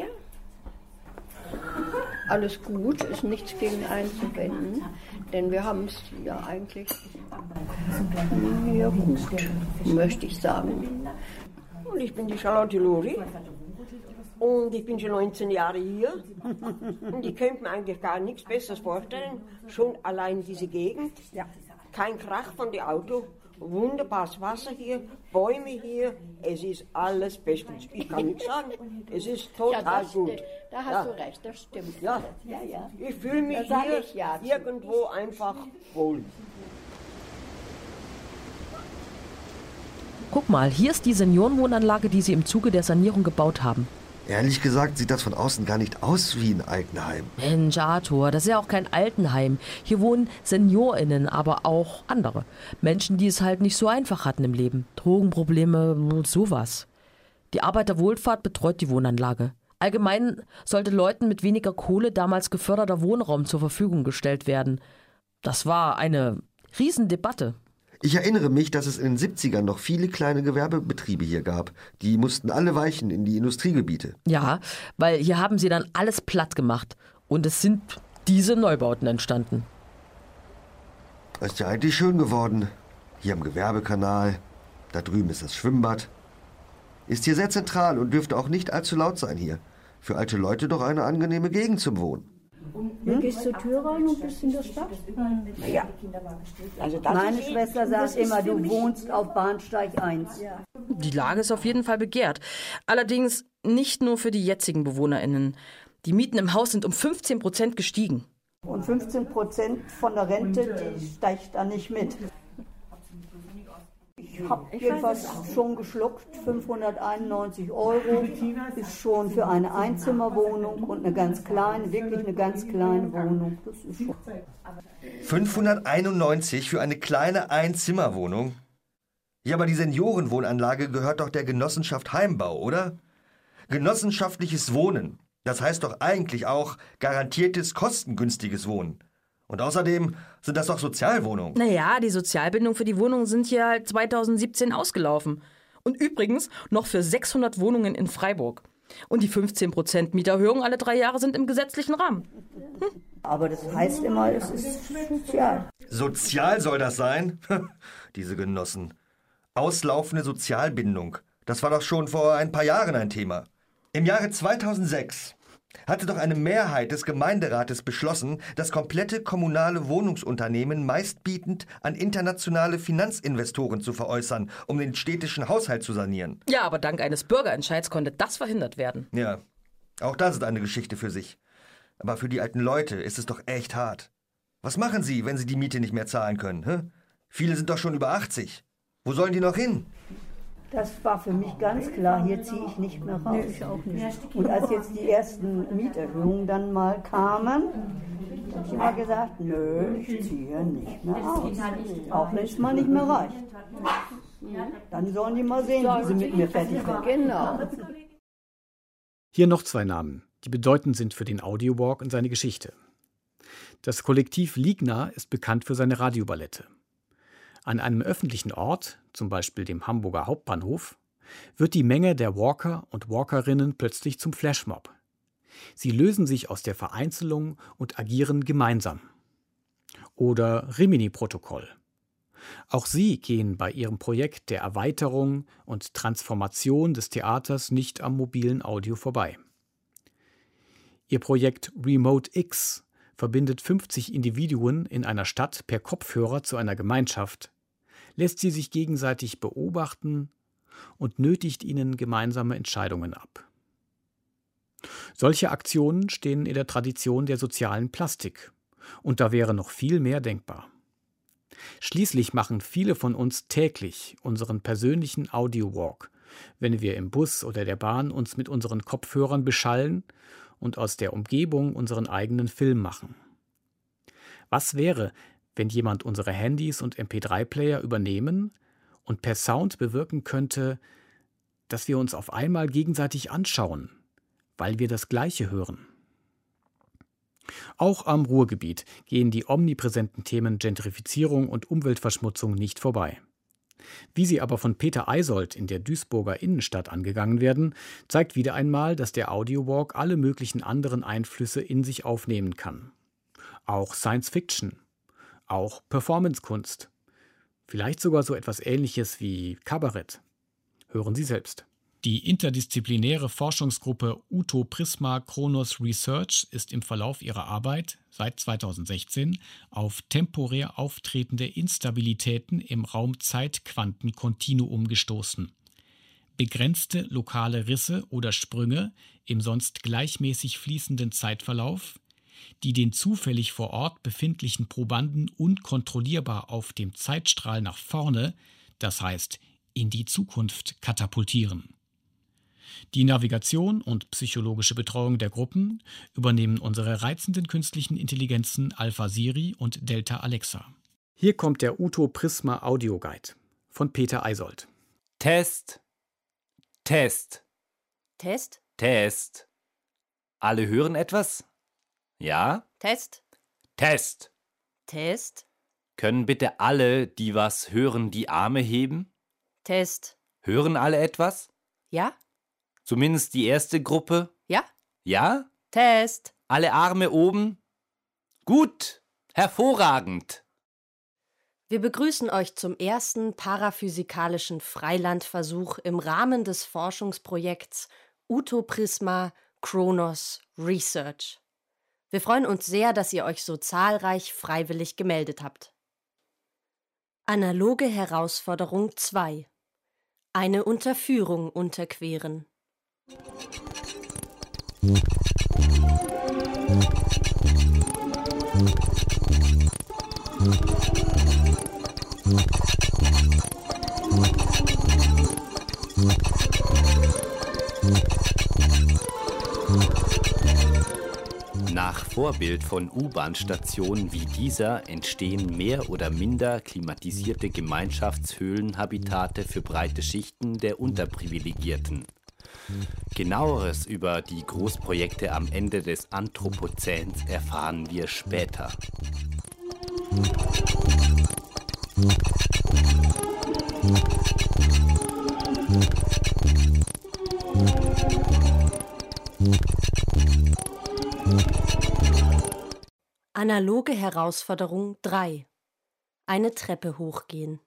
T: Alles gut, ist nichts gegen einzuwenden, denn wir haben es ja eigentlich ja, gut, möchte ich sagen.
U: Und ich bin die Charlotte Lori und ich bin schon neunzehn Jahre hier und ich könnte mir eigentlich gar nichts Besseres vorstellen, schon allein diese Gegend, kein Krach von den Autos. Wunderbares Wasser hier, Bäume hier, es ist alles bestens. Ich kann nichts sagen, es ist total ja, das, gut.
T: Da hast ja. du recht, das stimmt.
U: Ja.
T: Ja, ja.
U: Ich fühle mich hier ich ja irgendwo einfach wohl.
V: Guck mal, hier ist die Seniorenwohnanlage, die sie im Zuge der Sanierung gebaut haben.
W: Ehrlich gesagt sieht das von außen gar nicht aus wie ein Altenheim.
V: Mensch, Arthur, das ist ja auch kein Altenheim. Hier wohnen SeniorInnen, aber auch andere. Menschen, die es halt nicht so einfach hatten im Leben. Drogenprobleme, sowas. Die Arbeiterwohlfahrt betreut die Wohnanlage. Allgemein sollte Leuten mit weniger Kohle damals geförderter Wohnraum zur Verfügung gestellt werden. Das war eine Riesendebatte.
W: Ich erinnere mich, dass es in den siebzigern noch viele kleine Gewerbebetriebe hier gab. Die mussten alle weichen in die Industriegebiete.
V: Ja, weil hier haben sie dann alles platt gemacht. Und es sind diese Neubauten entstanden.
W: Das ist ja eigentlich schön geworden. Hier am Gewerbekanal. Da drüben ist das Schwimmbad. Ist hier sehr zentral und dürfte auch nicht allzu laut sein hier. Für alte Leute doch eine angenehme Gegend zum Wohnen.
T: Du gehst zur Tür rein und bist in der Stadt?
U: Ja.
X: Also Meine Schwester sagt immer, du wohnst auf Bahnsteig eins.
V: Die Lage ist auf jeden Fall begehrt. Allerdings nicht nur für die jetzigen BewohnerInnen. Die Mieten im Haus sind um fünfzehn Prozent gestiegen.
X: Und fünfzehn Prozent von der Rente, die steigt da nicht mit. Ich habe jedenfalls schon geschluckt, fünfhunderteinundneunzig Euro ist schon für eine Einzimmerwohnung und eine ganz kleine, wirklich eine ganz kleine Wohnung. Das ist schon.
W: fünfhunderteinundneunzig für eine kleine Einzimmerwohnung? Ja, aber die Seniorenwohnanlage gehört doch der Genossenschaft Heimbau, oder? Genossenschaftliches Wohnen, das heißt doch eigentlich auch garantiertes, kostengünstiges Wohnen. Und außerdem sind das doch Sozialwohnungen.
V: Naja, die Sozialbindungen für die Wohnungen sind hier halt zweitausendsiebzehn ausgelaufen. Und übrigens noch für sechshundert Wohnungen in Freiburg. Und die fünfzehn Prozent Mieterhöhung alle drei Jahre sind im gesetzlichen Rahmen.
X: Hm. Aber das heißt immer, es ist sozial.
W: Sozial soll das sein? Diese Genossen. Auslaufende Sozialbindung. Das war doch schon vor ein paar Jahren ein Thema. Im Jahre zweitausendsechs hatte doch eine Mehrheit des Gemeinderates beschlossen, das komplette kommunale Wohnungsunternehmen meistbietend an internationale Finanzinvestoren zu veräußern, um den städtischen Haushalt zu sanieren.
V: Ja, aber dank eines Bürgerentscheids konnte das verhindert werden.
W: Ja, Auch das ist eine Geschichte für sich. Aber für die alten Leute ist es doch echt hart. Was machen sie, wenn sie die Miete nicht mehr zahlen können? Hä? Viele sind doch schon über achtzig. Wo sollen die noch hin?
X: Das war für mich ganz klar, hier ziehe ich nicht mehr raus. Nee, ich auch nicht. Und als jetzt die ersten Mieterhöhungen dann mal kamen, habe ich immer gesagt, nö, ich ziehe nicht mehr raus. Auch wenn es mal nicht mehr reicht. Dann sollen die mal sehen, wie sie mit mir fertig werden. Genau.
C: Hier noch zwei Namen, die bedeutend sind für den Audiowalk und seine Geschichte. Das Kollektiv Ligna ist bekannt für seine Radioballette. An einem öffentlichen Ort, zum Beispiel dem Hamburger Hauptbahnhof, wird die Menge der Walker und Walkerinnen plötzlich zum Flashmob. Sie lösen sich aus der Vereinzelung und agieren gemeinsam. Oder Rimini-Protokoll. Auch sie gehen bei ihrem Projekt der Erweiterung und Transformation des Theaters nicht am mobilen Audio vorbei. Ihr Projekt Remote X verbindet fünfzig Individuen in einer Stadt per Kopfhörer zu einer Gemeinschaft, lässt sie sich gegenseitig beobachten und nötigt ihnen gemeinsame Entscheidungen ab. Solche Aktionen stehen in der Tradition der sozialen Plastik, und da wäre noch viel mehr denkbar. Schließlich machen viele von uns täglich unseren persönlichen Audiowalk, wenn wir im Bus oder der Bahn uns mit unseren Kopfhörern beschallen und aus der Umgebung unseren eigenen Film machen. Was wäre, wenn jemand unsere Handys und M P drei Player übernehmen und per Sound bewirken könnte, dass wir uns auf einmal gegenseitig anschauen, weil wir das Gleiche hören? Auch am Ruhrgebiet gehen die omnipräsenten Themen Gentrifizierung und Umweltverschmutzung nicht vorbei. Wie sie aber von Peter Eisold in der Duisburger Innenstadt angegangen werden, zeigt wieder einmal, dass der Audiowalk alle möglichen anderen Einflüsse in sich aufnehmen kann. Auch Science Fiction, auch Performancekunst, vielleicht sogar so etwas Ähnliches wie Kabarett. Hören Sie selbst. Die interdisziplinäre Forschungsgruppe Uto Prisma Kronos Research ist im Verlauf ihrer Arbeit seit zweitausendsechzehn auf temporär auftretende Instabilitäten im Raum-Zeit-Quantenkontinuum gestoßen. Begrenzte lokale Risse oder Sprünge im sonst gleichmäßig fließenden Zeitverlauf, die den zufällig vor Ort befindlichen Probanden unkontrollierbar auf dem Zeitstrahl nach vorne, das heißt in die Zukunft, katapultieren. Die Navigation und psychologische Betreuung der Gruppen übernehmen unsere reizenden künstlichen Intelligenzen Alpha Siri und Delta Alexa. Hier kommt der Uto Prisma Audio Guide von Peter Eisold.
A: Test. Test.
B: Test?
A: Test. Alle hören etwas? Ja?
B: Test?
A: Test.
B: Test?
A: Können bitte alle, die was hören, die Arme heben?
B: Test.
A: Hören alle etwas?
B: Ja?
A: Zumindest die erste Gruppe?
B: Ja?
A: Ja?
B: Test.
A: Alle Arme oben? Gut. Hervorragend.
B: Wir begrüßen euch zum ersten paraphysikalischen Freilandversuch im Rahmen des Forschungsprojekts Uto Prisma Kronos Research. Wir freuen uns sehr, dass ihr euch so zahlreich freiwillig gemeldet habt. Analoge Herausforderung zwei. Eine Unterführung unterqueren.
A: Nach Vorbild von U-Bahn-Stationen wie dieser entstehen mehr oder minder klimatisierte Gemeinschaftshöhlenhabitate für breite Schichten der Unterprivilegierten. Genaueres über die Großprojekte am Ende des Anthropozäns erfahren wir später.
B: Analoge Herausforderung drei. Eine Treppe hochgehen.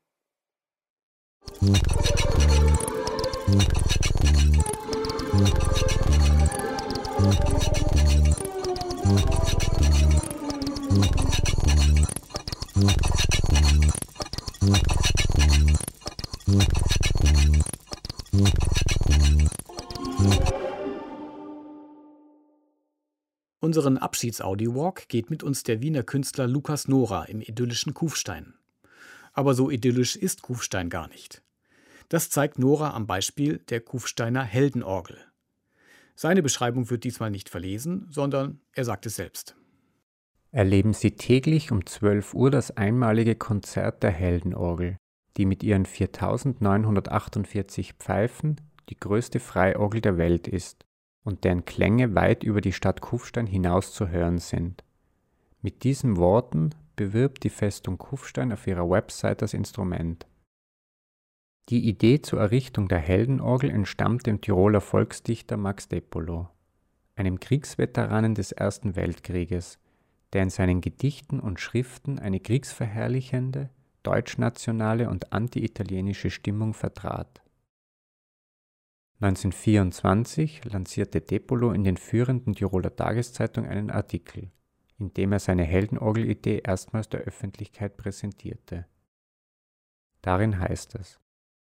C: Unseren Abschieds-Audiowalk geht mit uns der Wiener Künstler Lukas Nora im idyllischen Kufstein. Aber so idyllisch ist Kufstein gar nicht. Das zeigt Nora am Beispiel der Kufsteiner Heldenorgel. Seine Beschreibung wird diesmal nicht verlesen, sondern er sagt es selbst.
D: Erleben Sie täglich um zwölf Uhr das einmalige Konzert der Heldenorgel, die mit ihren viertausendneunhundertachtundvierzig Pfeifen die größte Freiorgel der Welt ist und deren Klänge weit über die Stadt Kufstein hinaus zu hören sind. Mit diesen Worten bewirbt die Festung Kufstein auf ihrer Website das Instrument. Die Idee zur Errichtung der Heldenorgel entstammt dem Tiroler Volksdichter Max Depolo, einem Kriegsveteranen des Ersten Weltkrieges, der in seinen Gedichten und Schriften eine kriegsverherrlichende, deutschnationale und anti-italienische Stimmung vertrat. neunzehnhundertvierundzwanzig lancierte Depolo in den führenden Tiroler Tageszeitungen einen Artikel, in dem er seine Heldenorgel-Idee erstmals der Öffentlichkeit präsentierte. Darin heißt es: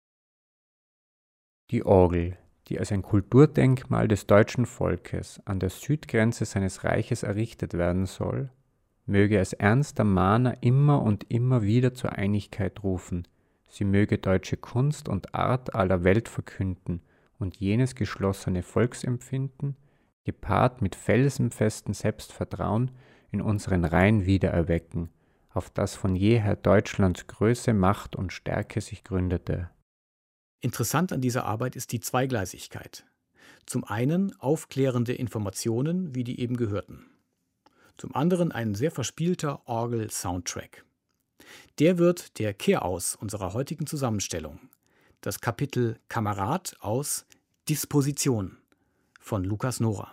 D: Die Orgel, die als ein Kulturdenkmal des deutschen Volkes an der Südgrenze seines Reiches errichtet werden soll, möge als ernster Mahner immer und immer wieder zur Einigkeit rufen, sie möge deutsche Kunst und Art aller Welt verkünden und jenes geschlossene Volksempfinden, gepaart mit felsenfestem Selbstvertrauen, in unseren Reihen wiedererwecken, auf das von jeher Deutschlands Größe, Macht und Stärke sich gründete.
C: Interessant an dieser Arbeit ist die Zweigleisigkeit. Zum einen aufklärende Informationen, wie die eben gehörten. Zum anderen ein sehr verspielter Orgel-Soundtrack. Der wird der Kehraus unserer heutigen Zusammenstellung. Das Kapitel Kamerad aus Disposition von Lukas Nora.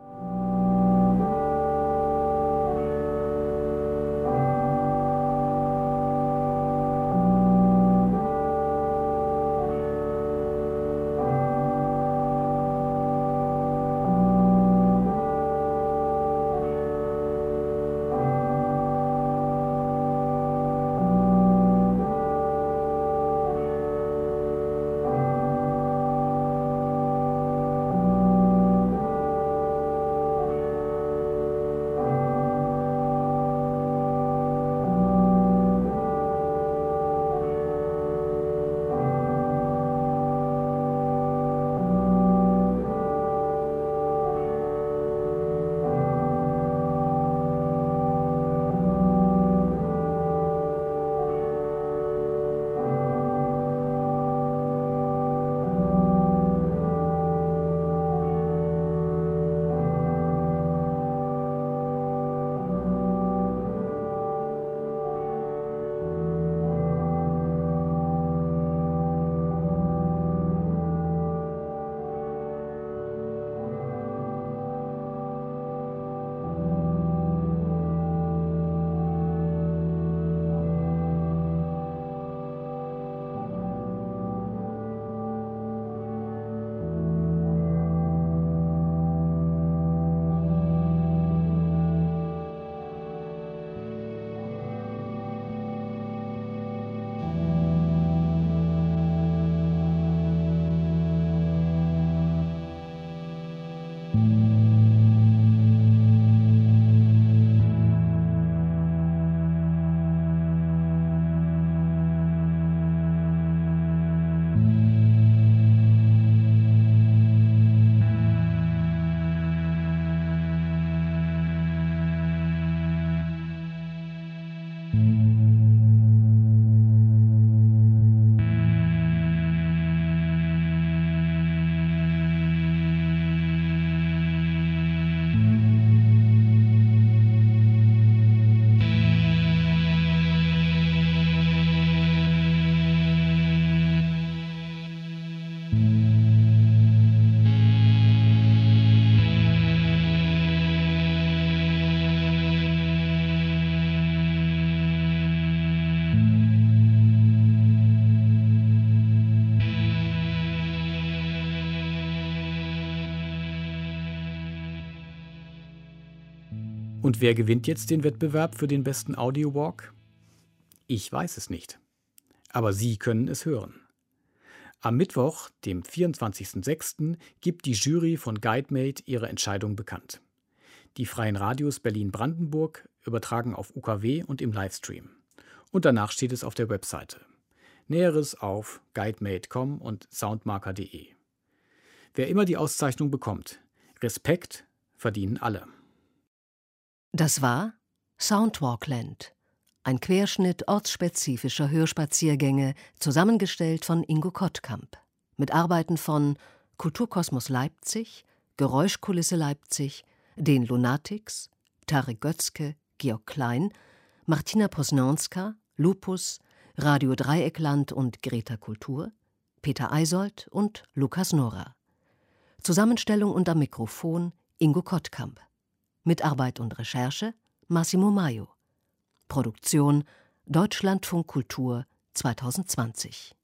C: Und wer gewinnt jetzt den Wettbewerb für den besten Audiowalk? Ich weiß es nicht. Aber Sie können es hören. Am Mittwoch, dem vierundzwanzigsten sechsten, gibt die Jury von GuideMate ihre Entscheidung bekannt. Die Freien Radios Berlin-Brandenburg übertragen auf U K W und im Livestream. Und danach steht es auf der Webseite. Näheres auf guidemade punkt com und soundmarker punkt de. Wer immer die Auszeichnung bekommt, Respekt verdienen alle.
E: Das war Soundwalkland, ein Querschnitt ortsspezifischer Hörspaziergänge, zusammengestellt von Ingo Kottkamp, mit Arbeiten von Kulturkosmos Leipzig, Geräuschkulisse Leipzig, den Lunatics, Tarek Götzke, Georg Klein, Martina Posnanska, Lupus, Radio Dreieckland und Greta Kultur, Peter Eisold und Lukas Nora. Zusammenstellung und am Mikrofon Ingo Kottkamp. Mitarbeit und Recherche Massimo Maio. Produktion Deutschlandfunk Kultur zweitausendzwanzig.